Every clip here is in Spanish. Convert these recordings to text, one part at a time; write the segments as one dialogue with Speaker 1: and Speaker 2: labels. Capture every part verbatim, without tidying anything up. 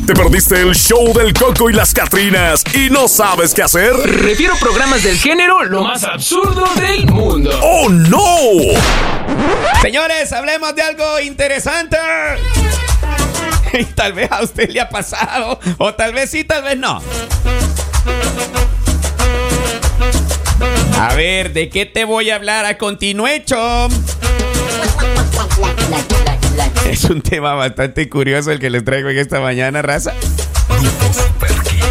Speaker 1: ¿Te perdiste el show del Coco y las Catrinas y no sabes qué hacer?
Speaker 2: Refiero programas del género lo más absurdo del mundo.
Speaker 1: ¡Oh, no!
Speaker 3: Señores, hablemos de algo interesante. Y tal vez a usted le ha pasado, o tal vez sí, tal vez no. A ver, ¿de qué te voy a hablar a continuación? Es un tema bastante curioso el que les traigo en esta mañana, raza.
Speaker 1: Grupo Super Kids.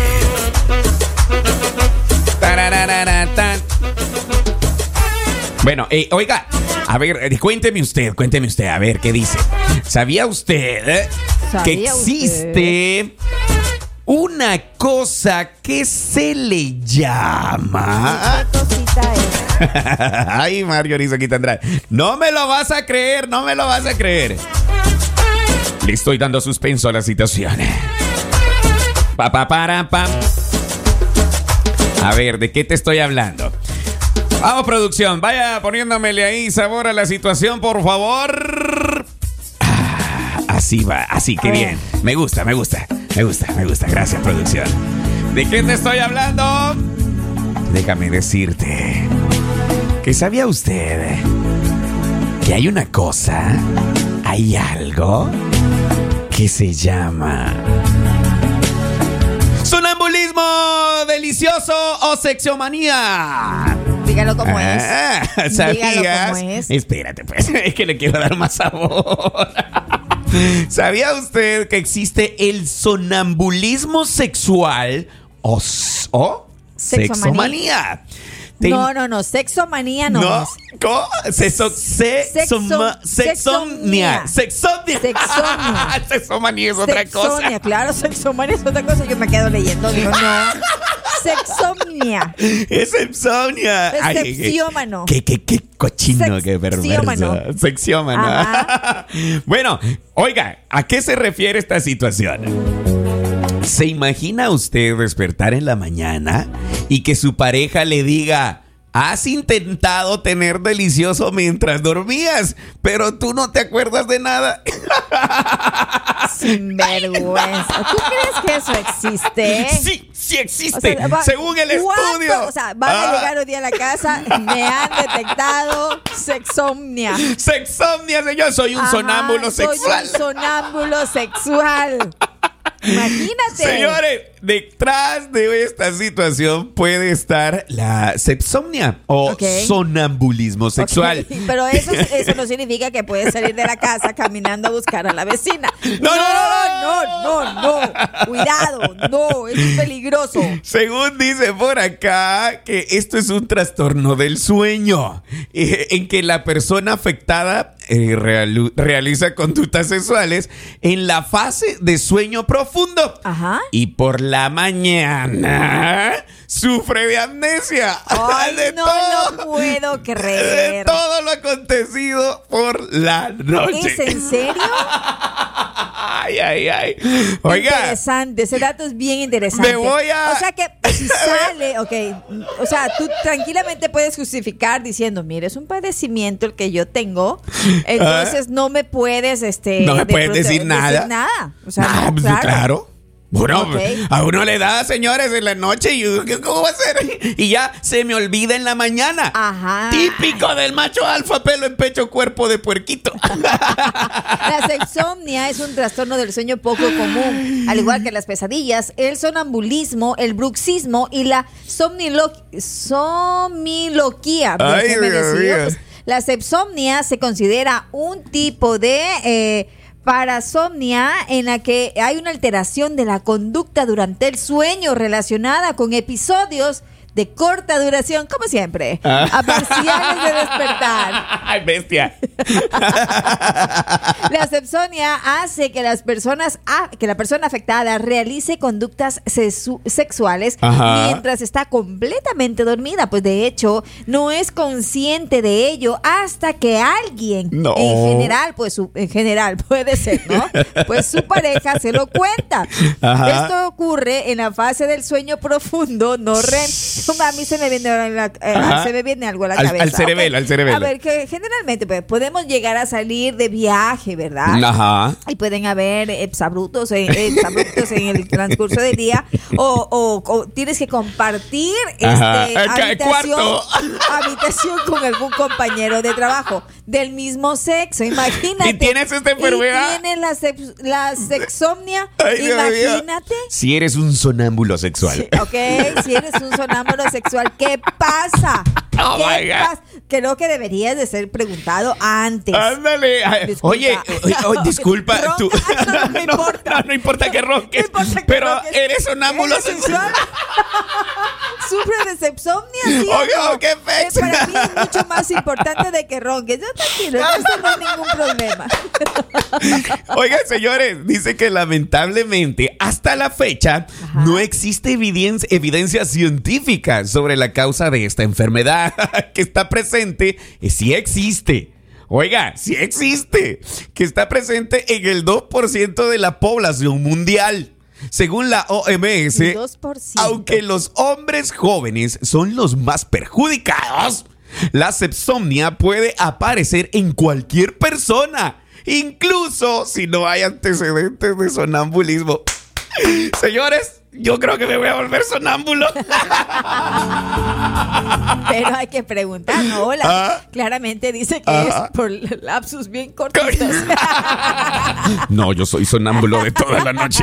Speaker 3: Bueno, eh, oiga, a ver, eh, cuénteme usted, cuénteme usted, a ver, ¿qué dice? ¿Sabía usted eh,
Speaker 4: ¿Sabía
Speaker 3: que existe
Speaker 4: usted?
Speaker 3: una cosa que se le llama...
Speaker 4: ¿Qué cosita es?
Speaker 3: Ay, Mario Arizoquita Andrade. No me lo vas a creer, no me lo vas a creer. Le estoy dando suspenso a la situación. Pa, pa, para, pam. A ver, ¿de qué te estoy hablando? Vamos, producción, vaya poniéndomele ahí sabor a la situación, por favor. Ah, así va, así que bien. Me gusta, me gusta, me gusta, me gusta. Gracias, producción. ¿De qué te estoy hablando? Déjame decirte que sabía usted que hay una cosa, hay algo que se llama sonambulismo delicioso o sexomanía.
Speaker 4: Dígalo como
Speaker 3: Ah,
Speaker 4: es.
Speaker 3: ¿sabías?
Speaker 4: Dígalo como es.
Speaker 3: Espérate, pues, es que le quiero dar más sabor. ¿Sabía usted que existe el sonambulismo sexual o, o
Speaker 4: Sexomanía.
Speaker 3: sexomanía? Te-
Speaker 4: No, no, no. Sexomanía no,
Speaker 3: no,
Speaker 4: es.
Speaker 3: ¿cómo? Sexo,
Speaker 4: Sexo-
Speaker 3: sexoma- sexomnia. Sexomnia.
Speaker 4: Sexomnia.
Speaker 3: Sexomanía es otra
Speaker 4: Sexonia,
Speaker 3: cosa.
Speaker 4: claro, sexomanía es otra cosa. Yo me quedo leyendo, digo, no. Sexomnia.
Speaker 3: Es sexomnia.
Speaker 4: Es
Speaker 3: Ay,
Speaker 4: sexiómano.
Speaker 3: Qué, qué, qué cochino,
Speaker 4: Sex-
Speaker 3: qué
Speaker 4: sexiómano.
Speaker 3: perverso. Sexiómano.
Speaker 4: Ajá.
Speaker 3: Bueno, oiga, ¿a qué se refiere esta situación? ¿Se imagina usted despertar en la mañana y que su pareja le diga: has intentado tener delicioso mientras dormías, pero tú no te acuerdas de nada?
Speaker 4: Sinvergüenza. ¿Tú crees que eso existe?
Speaker 3: Sí, sí existe.
Speaker 4: O sea, va-
Speaker 3: según el
Speaker 4: ¿cuánto?
Speaker 3: estudio.
Speaker 4: O sea, van a
Speaker 3: Ah.
Speaker 4: llegar un día a la casa, me han detectado sexomnia.
Speaker 3: Sexomnia, señor. Soy un
Speaker 4: Ajá,
Speaker 3: sonámbulo sexual.
Speaker 4: Soy un sonámbulo sexual. Imagínate.
Speaker 3: Señores, detrás de esta situación puede estar la sexomnia o
Speaker 4: Ok.
Speaker 3: sonambulismo sexual.
Speaker 4: Ok, pero eso, eso no significa que puedes salir de la casa caminando a buscar a la vecina.
Speaker 3: No, no,
Speaker 4: no, no, no, no. Cuidado, no, eso es peligroso.
Speaker 3: Según dice por acá, que esto es un trastorno del sueño, eh, en que la persona afectada eh, reali- realiza conductas sexuales en la fase de sueño profundo.
Speaker 4: Ajá.
Speaker 3: Y por la mañana sufre de amnesia.
Speaker 4: Ay,
Speaker 3: de
Speaker 4: no
Speaker 3: todo,
Speaker 4: lo puedo
Speaker 3: de
Speaker 4: creer.
Speaker 3: todo lo acontecido por la noche.
Speaker 4: ¿Es en serio?
Speaker 3: Ay, ay, ay. Oiga.
Speaker 4: Interesante, ese dato es bien interesante.
Speaker 3: Me voy a-
Speaker 4: O sea que si sale, ok, o sea, tú tranquilamente puedes justificar diciendo, mire, es un padecimiento el que yo tengo, entonces no me puedes, este...
Speaker 3: No me
Speaker 4: de-
Speaker 3: puedes
Speaker 4: de-
Speaker 3: decir
Speaker 4: decir
Speaker 3: nada.
Speaker 4: nada. O sea,
Speaker 3: Ah,
Speaker 4: no,
Speaker 3: pues,
Speaker 4: claro.
Speaker 3: claro. Bueno,
Speaker 4: Ok.
Speaker 3: a uno le da, señores, en la noche y yo, ¿cómo va a ser? Y ya se me olvida en la mañana.
Speaker 4: Ajá.
Speaker 3: Típico del macho alfa, pelo en pecho, cuerpo de puerquito.
Speaker 4: La sexomnia es un trastorno del sueño poco común, al igual que las pesadillas, el sonambulismo, el bruxismo y la somnilo- somiloquía.
Speaker 3: Ay,
Speaker 4: Déjeme
Speaker 3: Dios
Speaker 4: decir,
Speaker 3: mío.
Speaker 4: pues, la sepsomnia se considera un tipo de eh, parasomnia en la que hay una alteración de la conducta durante el sueño relacionada con episodios de corta duración, como siempre,
Speaker 3: Ah.
Speaker 4: a parciales de despertar.
Speaker 3: Ay, bestia.
Speaker 4: La sepsonia hace que las personas, ah, que la persona afectada realice conductas sesu- sexuales
Speaker 3: Ajá.
Speaker 4: mientras está completamente dormida. Pues de hecho, no es consciente de ello hasta que alguien,
Speaker 3: No.
Speaker 4: en general, pues su, en general puede ser, ¿no? Pues su pareja se lo cuenta.
Speaker 3: Ajá.
Speaker 4: Esto ocurre en la fase del sueño profundo, no REM, A mí se me viene, a la- eh,
Speaker 3: Ajá.
Speaker 4: se me viene algo a la
Speaker 3: Al-
Speaker 4: cabeza.
Speaker 3: al cerebelo,
Speaker 4: ¿ok?
Speaker 3: al cerebelo.
Speaker 4: A ver, que generalmente pues, podemos llegar a salir de viaje, ¿verdad?
Speaker 3: Ajá.
Speaker 4: Y pueden haber exabruptos en, exabruptos en el transcurso del día. O, o- o tienes que compartir
Speaker 3: Ajá.
Speaker 4: este,
Speaker 3: El ca-
Speaker 4: habitación,
Speaker 3: cuarto.
Speaker 4: habitación con algún compañero de trabajo del mismo sexo. Imagínate.
Speaker 3: ¿Y tienes esta enfermedad?
Speaker 4: Y tienes la, sex- la sexomnia.
Speaker 3: Ay, Dios mío.
Speaker 4: Imagínate.
Speaker 3: Si eres un sonámbulo sexual.
Speaker 4: Sí, ok, si eres un sonámbulo sexual, ¿qué pasa?
Speaker 3: Oh,
Speaker 4: ¿Qué
Speaker 3: my God.
Speaker 4: pasa? Creo que deberías de ser preguntado antes.
Speaker 3: Ándale. Ay,
Speaker 4: Disculpa.
Speaker 3: Oye, oye, oye, disculpa.
Speaker 4: Ronca.
Speaker 3: Tú.
Speaker 4: No, no me importa.
Speaker 3: No, no importa que ronques.
Speaker 4: No importa que
Speaker 3: pero
Speaker 4: ronques.
Speaker 3: eres sonámbulo
Speaker 4: ¿Eres
Speaker 3: sexual.
Speaker 4: ¿Sufre de sepsomnia? ¿Sí o
Speaker 3: Oye,
Speaker 4: no?
Speaker 3: oh, qué
Speaker 4: Eh,
Speaker 3: fecha.
Speaker 4: Para mí es mucho más importante de que ronques. Yo tranquilo, eso no es ningún problema.
Speaker 3: Oigan, señores, dice que lamentablemente hasta la fecha
Speaker 4: Ajá.
Speaker 3: no existe evidencia, evidencia científica sobre la causa de esta enfermedad que está presente. eh, Sí existe. Oiga, sí existe. Que está presente en el dos por ciento de la población mundial. Según la O M S,
Speaker 4: El dos por ciento.
Speaker 3: aunque los hombres jóvenes son los más perjudicados, la sepsomnia puede aparecer en cualquier persona, incluso si no hay antecedentes de sonambulismo. Señores, yo creo que me voy a volver sonámbulo.
Speaker 4: Pero hay que preguntar, ¿no? Hola.
Speaker 3: Ah.
Speaker 4: Claramente dice que
Speaker 3: Ajá.
Speaker 4: es por lapsus bien cortitos.
Speaker 3: No, yo soy sonámbulo de toda la noche.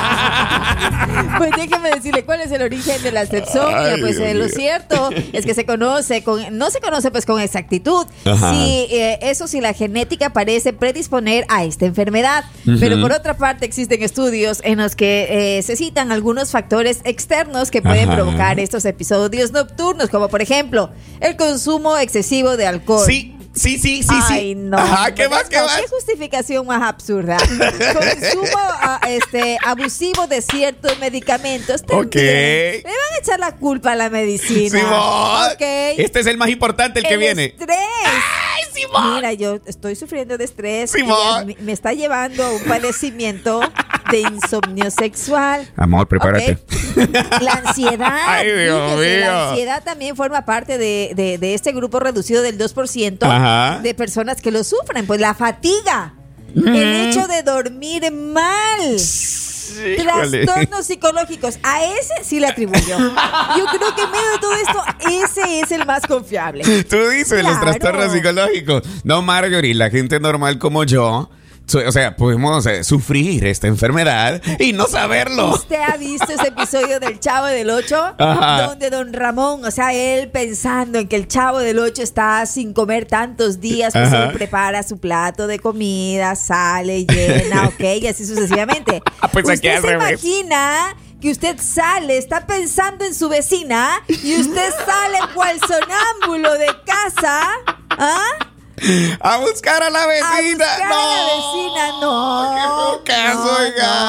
Speaker 4: Pues déjeme decirle cuál es el origen de la sepsomnia.
Speaker 3: Ay,
Speaker 4: Pues
Speaker 3: Dios
Speaker 4: eh, lo
Speaker 3: mío.
Speaker 4: cierto es que se conoce con, no se conoce pues con exactitud
Speaker 3: Ajá.
Speaker 4: si eh, eso si la genética parece predisponer a esta enfermedad.
Speaker 3: Ujú.
Speaker 4: Pero por otra parte existen estudios en los que eh, se citan algunos factores externos que pueden
Speaker 3: Ajá.
Speaker 4: provocar estos episodios nocturnos, como por ejemplo el consumo excesivo de alcohol.
Speaker 3: Sí, sí, sí, sí, sí.
Speaker 4: Ay, no.
Speaker 3: Ajá, ¿qué más, qué
Speaker 4: No,
Speaker 3: más?
Speaker 4: ¿Qué justificación más absurda? Consumo ah, este, abusivo de ciertos medicamentos. También.
Speaker 3: Ok.
Speaker 4: Le van a echar la culpa a la medicina.
Speaker 3: Simón.
Speaker 4: Ok.
Speaker 3: Este es el más importante, el que
Speaker 4: El
Speaker 3: viene.
Speaker 4: estrés.
Speaker 3: ¡Ay, Simón!
Speaker 4: Mira, yo estoy sufriendo de estrés.
Speaker 3: Simón.
Speaker 4: y ya me, me está llevando a un padecimiento de insomnio sexual.
Speaker 3: Amor, prepárate.
Speaker 4: Ok. La ansiedad.
Speaker 3: Ay, Dios
Speaker 4: fíjese,
Speaker 3: mío.
Speaker 4: La ansiedad también forma parte de, de- de este grupo reducido del dos por ciento
Speaker 3: Ajá.
Speaker 4: de personas que lo sufren. Pues la fatiga. El hecho de dormir mal.
Speaker 3: Híjole.
Speaker 4: Trastornos psicológicos. A ese sí le atribuyo. Yo creo que en medio de todo esto, ese es el más confiable.
Speaker 3: Tú dices los
Speaker 4: Claro.
Speaker 3: trastornos psicológicos. No, Marjorie, la gente normal como yo, so- o sea, podemos eh, sufrir esta enfermedad y no saberlo.
Speaker 4: ¿Usted ha visto ese episodio del Chavo del Ocho?
Speaker 3: Ajá.
Speaker 4: Donde don Ramón, o sea, él pensando en que el Chavo del Ocho está sin comer tantos días, pues
Speaker 3: Ajá.
Speaker 4: él prepara su plato de comida, sale, llena, ok, y así sucesivamente.
Speaker 3: Ah, pues aquí
Speaker 4: ¿Usted
Speaker 3: al
Speaker 4: se
Speaker 3: revés.
Speaker 4: imagina que usted sale, está pensando en su vecina y usted sale cual sonámbulo de casa? ¿Ah?
Speaker 3: A buscar a la
Speaker 4: A
Speaker 3: vecina.
Speaker 4: buscar
Speaker 3: no.
Speaker 4: a la vecina, no.
Speaker 3: Qué feo caso,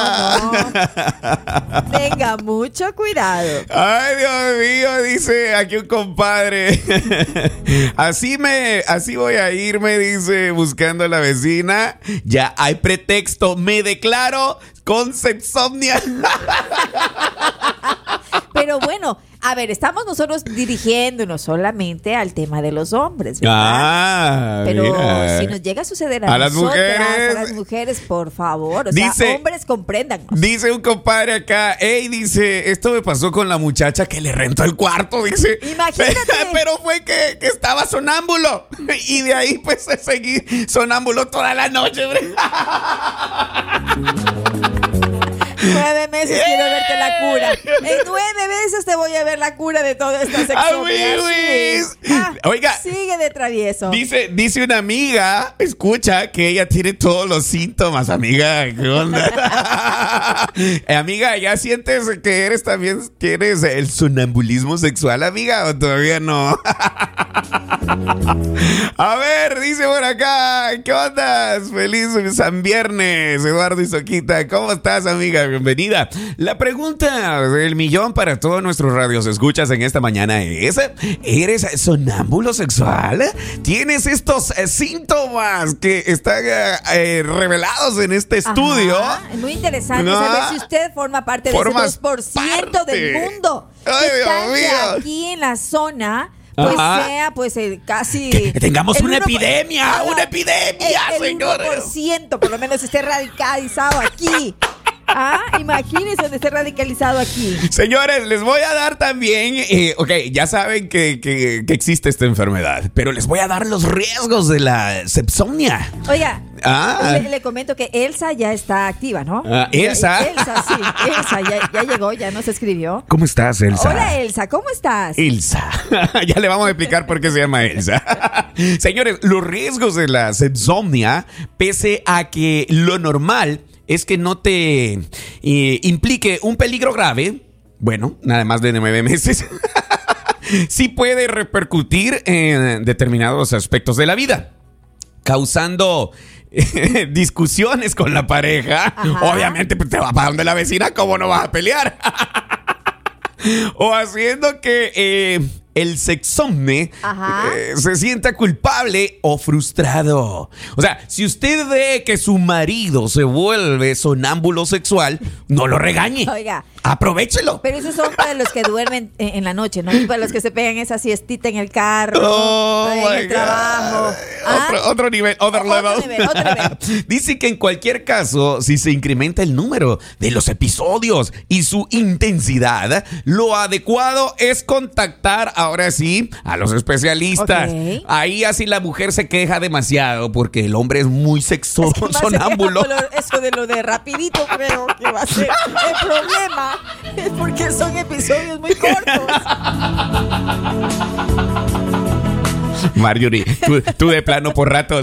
Speaker 3: oiga.
Speaker 4: no, no. Tenga mucho cuidado.
Speaker 3: Ay, Dios mío, dice aquí un compadre. Así me, así voy a irme, dice, buscando a la vecina. Ya hay pretexto, me declaro con sepsomnia.
Speaker 4: Pero bueno, a ver, estamos nosotros dirigiéndonos solamente al tema de los hombres, ¿verdad?
Speaker 3: Ah,
Speaker 4: Pero
Speaker 3: mira.
Speaker 4: si nos llega a suceder a,
Speaker 3: A las
Speaker 4: nosotras,
Speaker 3: mujeres.
Speaker 4: a las mujeres, por favor, o
Speaker 3: Dice-
Speaker 4: sea, hombres comprendan.
Speaker 3: Dice un compadre acá, hey, dice, esto me pasó con la muchacha que le rentó el cuarto, dice.
Speaker 4: Imagínate.
Speaker 3: Pero fue que, que estaba sonámbulo. Y de ahí pues seguí sonámbulo toda la noche, hombre.
Speaker 4: Nueve meses quiero verte la cura. En nueve meses te voy a ver la cura de toda esta
Speaker 3: Ah,
Speaker 4: sección.
Speaker 3: uy, uy. Oiga.
Speaker 4: Sigue de travieso.
Speaker 3: Dice, dice una amiga, escucha, que ella tiene todos los síntomas, amiga. ¿Qué onda? Eh, amiga, ¿ya sientes que eres también, que eres el sonambulismo sexual, amiga? ¿O todavía no? A ver, dice por acá, ¿qué onda? Feliz San Viernes, Eduardo y Soquita. ¿Cómo estás, amiga? bienvenida. La pregunta del millón para todos nuestros radios escuchas en esta mañana es: ¿eres sonámbulo sexual? ¿Tienes estos eh, síntomas que están eh, eh, revelados en este estudio?
Speaker 4: Ajá, es muy interesante
Speaker 3: No.
Speaker 4: saber si usted forma parte de ese
Speaker 3: Formas
Speaker 4: dos por ciento
Speaker 3: parte.
Speaker 4: del mundo.
Speaker 3: Ay,
Speaker 4: que está
Speaker 3: Dios
Speaker 4: que
Speaker 3: mío.
Speaker 4: aquí en la zona, pues
Speaker 3: Ajá.
Speaker 4: sea pues el casi...
Speaker 3: Que tengamos
Speaker 4: el
Speaker 3: una
Speaker 4: uno por-
Speaker 3: epidemia,
Speaker 4: Ajá,
Speaker 3: una epidemia,
Speaker 4: el, el
Speaker 3: señores.
Speaker 4: uno por ciento por lo menos esté radicalizado aquí. Ah, imagínense donde esté radicalizado aquí.
Speaker 3: Señores, les voy a dar también, eh, ok, ya saben que, que, que existe esta enfermedad, pero les voy a dar los riesgos de la sepsomnia.
Speaker 4: Oiga,
Speaker 3: Ah.
Speaker 4: le, le comento que Elsa ya está activa, ¿no?
Speaker 3: Ah,
Speaker 4: Ya-
Speaker 3: ¿Elsa?
Speaker 4: Elsa, sí, Elsa ya, ya llegó, ya nos escribió.
Speaker 3: ¿Cómo estás, Elsa?
Speaker 4: Hola Elsa, ¿cómo estás?
Speaker 3: Elsa. Ya le vamos a explicar por qué se llama Elsa. Señores, los riesgos de la sepsomnia, pese a que lo normal es que no te eh, implique un peligro grave, bueno, nada más de nueve meses, sí puede repercutir en determinados aspectos de la vida, causando eh, discusiones con la pareja.
Speaker 4: Ajá.
Speaker 3: Obviamente, pues, te va para donde la vecina, ¿cómo no vas a pelear? O haciendo que eh, el sexomne
Speaker 4: Ajá.
Speaker 3: eh, se sienta culpable o frustrado. O sea, si usted ve que su marido se vuelve sonámbulo sexual, no lo regañe.
Speaker 4: Oiga.
Speaker 3: Aprovechelo.
Speaker 4: Pero esos son para los que duermen en, en la noche, ¿no? Y para los que se pegan esa siestita en el carro,
Speaker 3: Oh,
Speaker 4: en
Speaker 3: my
Speaker 4: el
Speaker 3: God.
Speaker 4: trabajo. ¿Ah?
Speaker 3: Otro, otro nivel, other
Speaker 4: Otro
Speaker 3: level.
Speaker 4: nivel, otro nivel.
Speaker 3: Dice que en cualquier caso, si se incrementa el número de los episodios y su intensidad, lo adecuado es contactar ahora sí a los especialistas.
Speaker 4: Ok.
Speaker 3: Ahí así la mujer se queja demasiado porque el hombre es muy sexo
Speaker 4: Es que más se
Speaker 3: sonámbulo.
Speaker 4: queja por lo- Eso de lo de rapidito creo que va a ser el problema. Es porque son episodios muy cortos.
Speaker 3: Marjorie, tú, tú de plano por ratos.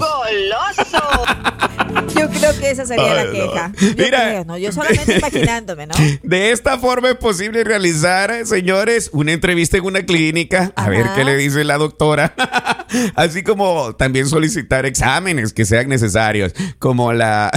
Speaker 4: Yo creo que esa sería
Speaker 3: Ay,
Speaker 4: la queja.
Speaker 3: no.
Speaker 4: Yo
Speaker 3: Mira.
Speaker 4: creo, ¿no? Yo solamente imaginándome, ¿no?
Speaker 3: De esta forma es posible realizar, señores, una entrevista en una clínica, a
Speaker 4: Ajá.
Speaker 3: ver qué le dice la doctora, así como también solicitar exámenes que sean necesarios, como la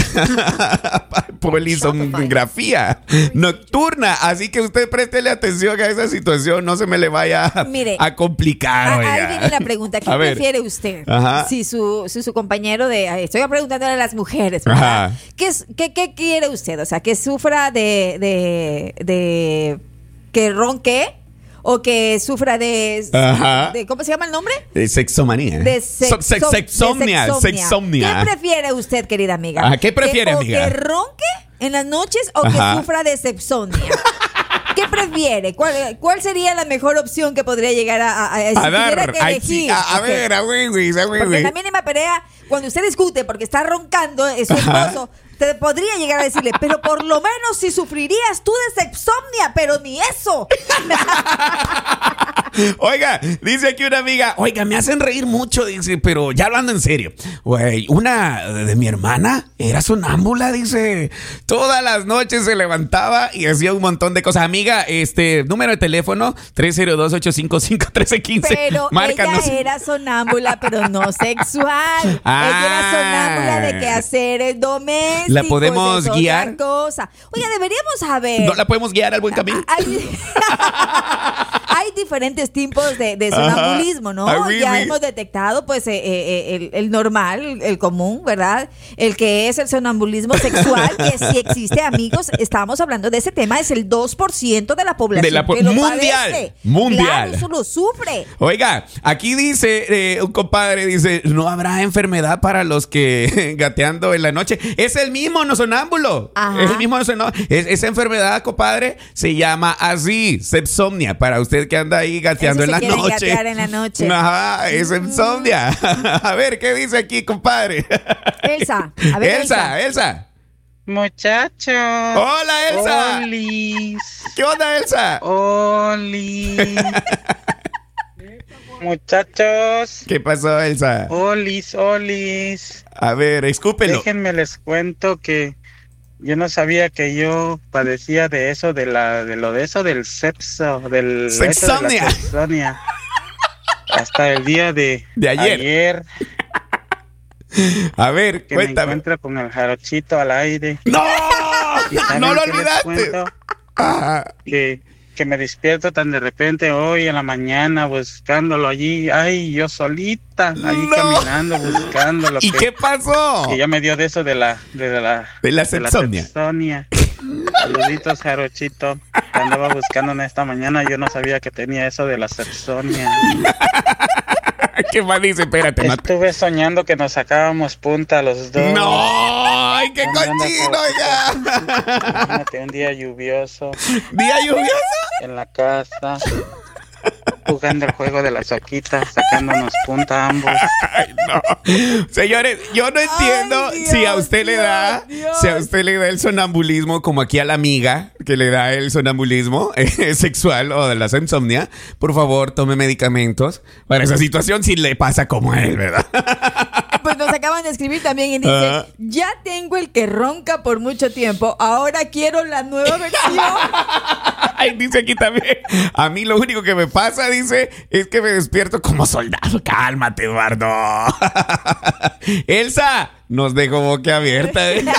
Speaker 3: polisomografía nocturna. Así que usted préstele atención a esa situación, no se me le vaya
Speaker 4: Mire,
Speaker 3: a complicar.
Speaker 4: Ah,
Speaker 3: oiga.
Speaker 4: ahí viene la pregunta. ¿Qué
Speaker 3: A ver.
Speaker 4: prefiere usted?
Speaker 3: Ajá.
Speaker 4: Si su, si su compañero de... ay, Estoy preguntándole a las mujeres, ¿verdad?
Speaker 3: Ajá.
Speaker 4: ¿Qué, es- qué, ¿Qué quiere usted? O sea, que sufra de... de, de que ronque o que sufra de,
Speaker 3: Ajá.
Speaker 4: de... ¿Cómo se llama el nombre?
Speaker 3: Eh, Sexomanía.
Speaker 4: De
Speaker 3: So-
Speaker 4: sexo-
Speaker 3: sex- sexomnia,
Speaker 4: de
Speaker 3: sexomnia.
Speaker 4: ¿Qué prefiere usted, querida amiga?
Speaker 3: Ah, ¿qué prefiere,
Speaker 4: ¿Que, o
Speaker 3: amiga?
Speaker 4: que ronque en las noches o
Speaker 3: Ajá.
Speaker 4: que sufra de sepsomnia? ¿Qué prefiere? ¿Cuál, ¿Cuál sería la mejor opción que podría llegar a, a, a, si
Speaker 3: A
Speaker 4: tuviera
Speaker 3: dar,
Speaker 4: que
Speaker 3: ay,
Speaker 4: elegir?
Speaker 3: sí, a, a
Speaker 4: Ok.
Speaker 3: ver, a Wiwis, a
Speaker 4: Porque
Speaker 3: Wiwis.
Speaker 4: también en la pelea, cuando usted discute porque está roncando eh, su esposo, te podría llegar a decirle, pero por lo menos si sufrirías tú de sepsomnia, pero ni eso.
Speaker 3: Oiga, dice aquí una amiga, oiga, me hacen reír mucho, dice, pero ya hablando en serio. Güey, una de mi hermana era sonámbula, dice. Todas las noches se levantaba y hacía un montón de cosas. Amiga, este, número de teléfono, tres cero dos, ocho cinco cinco, uno tres uno cinco.
Speaker 4: Pero
Speaker 3: Márcanos.
Speaker 4: ella era sonámbula, pero no sexual.
Speaker 3: Ah.
Speaker 4: Ella era sonámbula de quehaceres domésticos.
Speaker 3: ¿La podemos
Speaker 4: es otra
Speaker 3: guiar?
Speaker 4: cosa. Oiga, deberíamos saber.
Speaker 3: ¿No la podemos guiar al buen camino?
Speaker 4: Hay, hay diferentes tipos de, de sonambulismo, ¿no?
Speaker 3: Ay, oui,
Speaker 4: Ya
Speaker 3: oui.
Speaker 4: hemos detectado, pues, eh, eh, el, el normal, el, el común, ¿verdad? El que es el sonambulismo sexual, que sí existe, amigos. Estamos hablando de ese tema, es el dos por ciento de la población
Speaker 3: De la po-
Speaker 4: que lo
Speaker 3: mundial,
Speaker 4: padece.
Speaker 3: mundial.
Speaker 4: Claro, eso lo sufre.
Speaker 3: Oiga, aquí dice eh, un compadre, dice, no habrá enfermedad para los que gateando en la noche. Es el mismo no sonámbulo.
Speaker 4: Ajá.
Speaker 3: Es el mismo no sonámbulo. Es- esa enfermedad, compadre, se llama así, sepsomnia. Para usted que anda ahí gateando
Speaker 4: Eso
Speaker 3: en
Speaker 4: se
Speaker 3: la
Speaker 4: quieren
Speaker 3: noche.
Speaker 4: gatear en la noche.
Speaker 3: Ajá, es sepsomnia. A ver, ¿qué dice aquí, compadre?
Speaker 4: Elsa, a ver,
Speaker 3: Elsa, Elsa.
Speaker 5: Muchachos.
Speaker 3: Hola, Elsa.
Speaker 5: Olis.
Speaker 3: ¿Qué onda, Elsa?
Speaker 5: Olis. Muchachos.
Speaker 3: ¿Qué pasó, Elsa?
Speaker 5: Olis, olis.
Speaker 3: A ver, escúpelo.
Speaker 5: Déjenme les cuento que yo no sabía que yo padecía de eso, de la, de lo de eso del sexo, del eso de la
Speaker 3: Sexomnia.
Speaker 5: sexomnia. Hasta el día de,
Speaker 3: De ayer.
Speaker 5: ayer
Speaker 3: A ver,
Speaker 5: que me
Speaker 3: cuéntame.
Speaker 5: encuentro con el jarochito al aire.
Speaker 3: ¡No!
Speaker 5: ¿Y saben
Speaker 3: No lo
Speaker 5: qué les
Speaker 3: olvidaste.
Speaker 5: cuento?
Speaker 3: Ah,
Speaker 5: Que, que me despierto tan de repente hoy en la mañana buscándolo allí. Ay, yo solita, allí
Speaker 3: No.
Speaker 5: caminando, buscándolo.
Speaker 3: ¿Y
Speaker 5: que,
Speaker 3: qué pasó?
Speaker 5: que ya me dio de eso de la... De la,
Speaker 3: De la sepsomnia.
Speaker 5: sepsomnia. Saluditos, Jarochito. Te andaba buscando en esta mañana. Yo no sabía que tenía eso de la sepsomnia.
Speaker 3: ¿Qué más dice? Espérate, no te-
Speaker 5: Estuve soñando que nos sacábamos punta los dos.
Speaker 3: ¡No! ¡Ay, qué
Speaker 5: Anda,
Speaker 3: cochino, oiga!
Speaker 5: Imagínate un día lluvioso
Speaker 3: ¿Día lluvioso?
Speaker 5: en la casa, jugando el juego de las soquitas, sacándonos punta ambos.
Speaker 3: Ay, no. Señores, yo no entiendo
Speaker 4: Ay,
Speaker 3: si a
Speaker 4: Dios,
Speaker 3: usted le da,
Speaker 4: Dios,
Speaker 3: si a usted le da el sonambulismo, como aquí a la amiga, que le da el sonambulismo eh, sexual o de la insomnia. Por favor, tome medicamentos para esa situación si le pasa como a él, ¿verdad?
Speaker 4: Pues nos acaban de escribir también y dice,
Speaker 3: Ah.
Speaker 4: ya tengo el que ronca por mucho tiempo, ahora quiero la nueva versión.
Speaker 3: Ay, dice aquí también. A mí lo único que me pasa, dice, es que me despierto como soldado. Cálmate, Eduardo. Elsa, nos dejó boca abierta. ¿eh?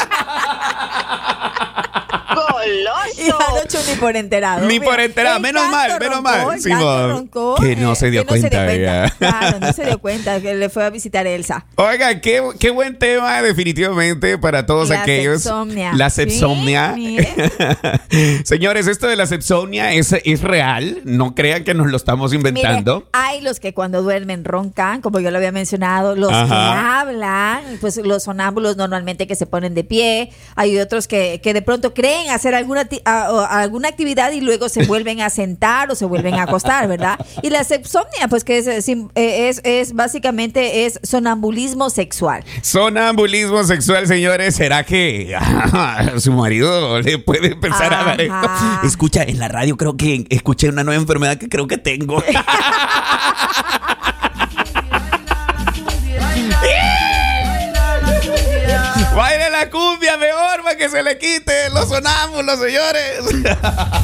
Speaker 4: Y Jarocho ni por enterado.
Speaker 3: Ni por
Speaker 4: Mira,
Speaker 3: enterado.
Speaker 4: el
Speaker 3: Menos
Speaker 4: tanto
Speaker 3: mal, menos
Speaker 4: roncó,
Speaker 3: mal.
Speaker 4: el
Speaker 3: Sí,
Speaker 4: tanto
Speaker 3: mo-
Speaker 4: roncó,
Speaker 3: que no
Speaker 4: eh,
Speaker 3: se dio
Speaker 4: que no se
Speaker 3: cuenta ella.
Speaker 4: Claro, no se dio cuenta que le fue a visitar Elsa.
Speaker 3: Oiga, qué, qué buen tema definitivamente para todos
Speaker 4: La
Speaker 3: aquellos.
Speaker 4: sepsomnia.
Speaker 3: La
Speaker 4: Sí,
Speaker 3: sepsomnia.
Speaker 4: mire.
Speaker 3: Señores, esto de la sepsomnia es, es real. No crean que nos lo estamos inventando.
Speaker 4: Mire, hay los que cuando duermen roncan, como yo lo había mencionado, los
Speaker 3: Ajá.
Speaker 4: que hablan, pues los sonámbulos normalmente que se ponen de pie, hay otros que, que de pronto creen hacer alguna, ti- a- o alguna actividad y luego se vuelven a sentar o se vuelven a acostar, ¿verdad? Y la sepsomnia, pues que es, es, es, es básicamente es sonambulismo sexual.
Speaker 3: Sonambulismo sexual, señores. ¿Será que a su marido le puede empezar a dar esto?
Speaker 4: Ajá.
Speaker 3: Escucha, en la radio creo que escuché una nueva enfermedad que creo que tengo. Baile la cumbia mejor para que se le quite los sonámbulos, señores.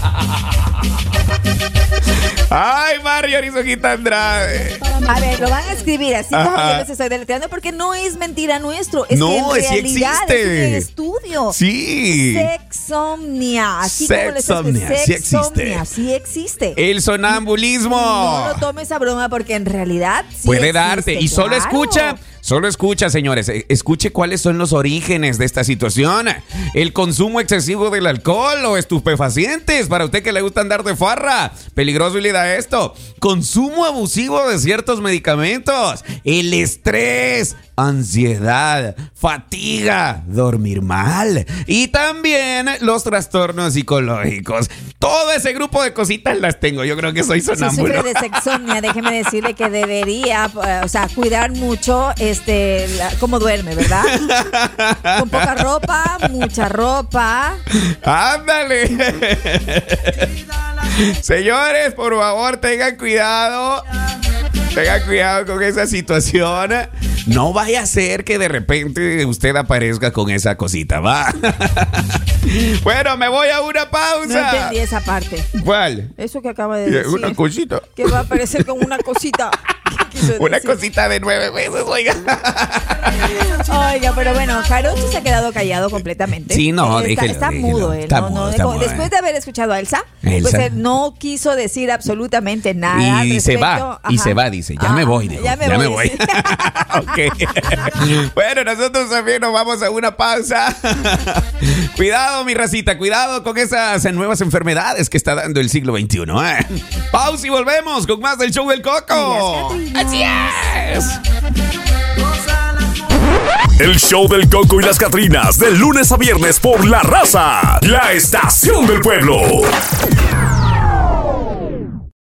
Speaker 3: Ay, Mario Arizojita Andrade.
Speaker 4: A ver, lo van a escribir así como
Speaker 3: Ajá.
Speaker 4: yo les estoy deletreando porque no es mentira nuestro, es
Speaker 3: No,
Speaker 4: que en
Speaker 3: sí
Speaker 4: realidad
Speaker 3: existe.
Speaker 4: es un estudio.
Speaker 3: Sí.
Speaker 4: Sexomnia, así como les
Speaker 3: Sexomnia, sí existe.
Speaker 4: Sexomnia, sí existe.
Speaker 3: El sonambulismo.
Speaker 4: No lo tomes a broma porque en realidad sí
Speaker 3: Puede
Speaker 4: existe,
Speaker 3: darte. Y solo
Speaker 4: claro.
Speaker 3: escucha, solo escucha, señores. eh, Escuche cuáles son los orígenes de esta situación. El consumo excesivo del alcohol o estupefacientes. Para usted que le gusta andar de farra. Peligroso y le da esto. Consumo abusivo de ciertos medicamentos. El estrés. Ansiedad, fatiga, dormir mal y también los trastornos psicológicos. Todo ese grupo de cositas las tengo. Yo creo que soy
Speaker 4: Si
Speaker 3: sonámbulo.
Speaker 4: sufre de sexomnia, déjeme decirle que debería, eh, o sea, cuidar mucho este la- cómo duerme, ¿verdad? Con poca ropa, mucha ropa.
Speaker 3: ¡Ándale! Señores, por favor, tengan cuidado. Tengan cuidado con esa situación. No vaya a ser que de repente usted aparezca con esa cosita, ¿va? Bueno, me voy a una
Speaker 4: No
Speaker 3: pausa.
Speaker 4: entendí esa parte.
Speaker 3: ¿Cuál?
Speaker 4: Eso que acaba de decir.
Speaker 3: Una cosita.
Speaker 4: Que va a aparecer con una cosita. ¿Qué quiso
Speaker 3: Una
Speaker 4: decir?
Speaker 3: cosita de nueve meses, oiga.
Speaker 4: Oiga, pero bueno, Jarocho se ha quedado callado completamente.
Speaker 3: Sí, no,
Speaker 4: está,
Speaker 3: déjelo,
Speaker 4: está
Speaker 3: déjelo.
Speaker 4: mudo él.
Speaker 3: Está
Speaker 4: no, no,
Speaker 3: mudo, está
Speaker 4: como-
Speaker 3: mudo,
Speaker 4: después
Speaker 3: eh.
Speaker 4: de haber escuchado a Elsa, pues
Speaker 3: Elsa.
Speaker 4: él no quiso decir absolutamente nada.
Speaker 3: Y se
Speaker 4: respecto-
Speaker 3: va, y
Speaker 4: Ajá.
Speaker 3: se va, dice. Ya
Speaker 4: Ah,
Speaker 3: me voy, dijo.
Speaker 4: Ya me voy.
Speaker 3: voy. Ok. Bueno, nosotros también nos vamos a una pausa. Cuidado, mi racita, cuidado con esas nuevas enfermedades que está dando el siglo veintiuno. ¿eh? Pausa y volvemos con más del show del Coco. Así es.
Speaker 1: El show del Coco y las Catrinas, de lunes a viernes por La Raza, la estación del pueblo.